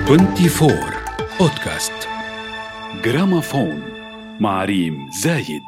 24 بودكاست جرامافون مع ريم زايد.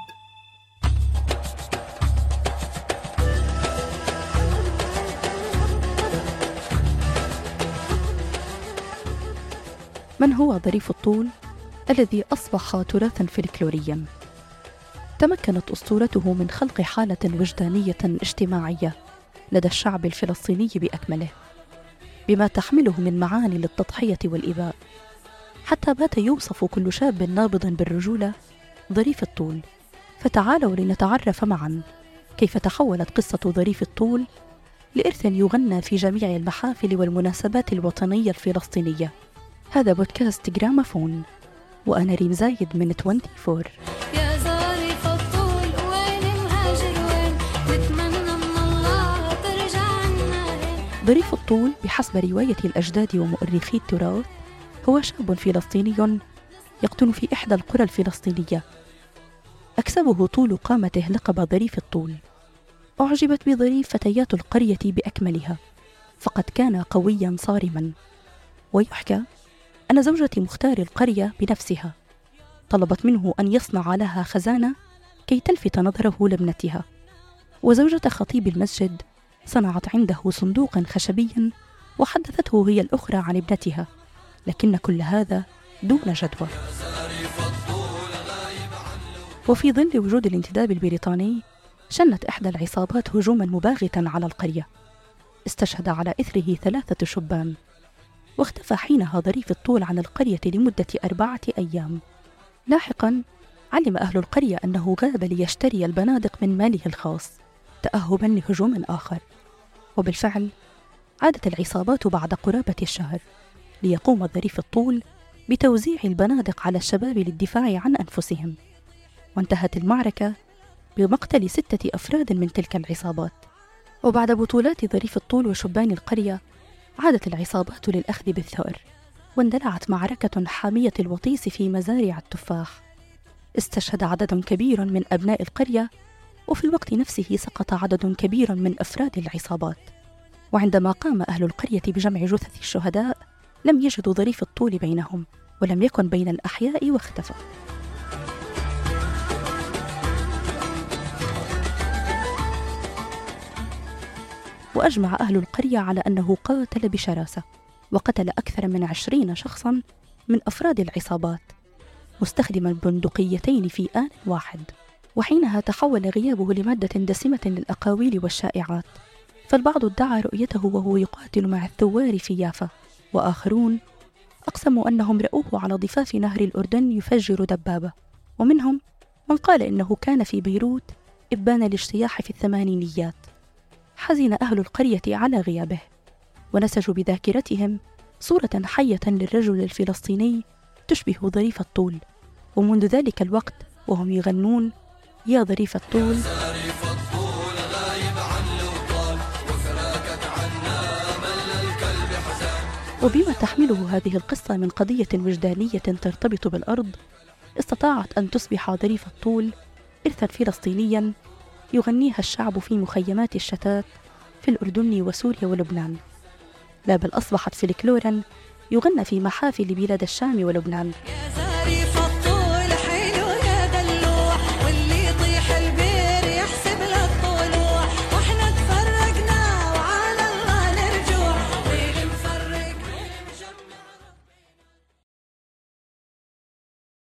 من هو ظريف الطول الذي أصبح تراثاً فلكلورياً؟ تمكنت أسطورته من خلق حالة وجدانية اجتماعية لدى الشعب الفلسطيني بأكمله، بما تحمله من معاني للتضحية والإباء، حتى بات يوصف كل شاب نابض بالرجولة ظريف الطول. فتعالوا لنتعرف معاً كيف تحولت قصة ظريف الطول لإرث يغنى في جميع المحافل والمناسبات الوطنية الفلسطينية. هذا بودكاست جرامافون، وأنا ريم زايد من 24. يا ظريف الطول وين مهاجر وين نتمنى من الله ترجع لنا. ظريف الطول بحسب رواية الأجداد ومؤرخي التراث هو شاب فلسطيني يقطن في إحدى القرى الفلسطينية، أكسبه طول قامته لقب ظريف الطول. أعجبت بظريف فتيات القرية بأكملها، فقد كان قويا صارما. ويحكى أن زوجة مختار القرية بنفسها طلبت منه أن يصنع لها خزانة كي تلفت نظره لابنتها، وزوجة خطيب المسجد صنعت عنده صندوقا خشبيا وحدثته هي الأخرى عن ابنتها، لكن كل هذا دون جدوى. وفي ظل وجود الانتداب البريطاني شنت إحدى العصابات هجوما مباغتا على القرية، استشهد على إثره 3 شبان، واختفى حينها ظريف الطول عن القرية لمدة 4 أيام. لاحقا علم أهل القرية أنه غاب ليشتري البنادق من ماله الخاص تأهبا لهجوم آخر، وبالفعل عادت العصابات بعد قرابة الشهر ليقوم ظريف الطول بتوزيع البنادق على الشباب للدفاع عن أنفسهم، وانتهت المعركة بمقتل 6 أفراد من تلك العصابات. وبعد بطولات ظريف الطول وشبان القرية عادت العصابات للأخذ بالثأر، واندلعت معركة حامية الوطيس في مزارع التفاح. استشهد عدد كبير من أبناء القرية، وفي الوقت نفسه سقط عدد كبير من أفراد العصابات. وعندما قام أهل القرية بجمع جثث الشهداء لم يجدوا ظريف الطول بينهم، ولم يكن بين الأحياء واختفى. وأجمع أهل القرية على أنه قاتل بشراسة، وقتل أكثر من 20 شخصا من أفراد العصابات، مستخدما بندقيتين في آن واحد. وحينها تحول غيابه لمادة دسمة للأقاويل والشائعات، فالبعض ادعى رؤيته وهو يقاتل مع الثوار في يافا، وآخرون أقسموا أنهم رأوه على ضفاف نهر الأردن يفجر دبابة، ومنهم من قال إنه كان في بيروت إبان الاجتياح في الثمانينيات. حزن أهل القرية على غيابه، ونسجوا بذاكرتهم صورة حية للرجل الفلسطيني تشبه ظريف الطول، ومنذ ذلك الوقت وهم يغنون يا ظريف الطول. وبما تحمله هذه القصة من قضية وجدانية ترتبط بالأرض، استطاعت أن تصبح ظريف الطول إرثا فلسطينيا يغنيها الشعب في مخيمات الشتات في الأردن وسوريا ولبنان، لا بل أصبحت فلكلورا يغنى في محافل بلاد الشام ولبنان.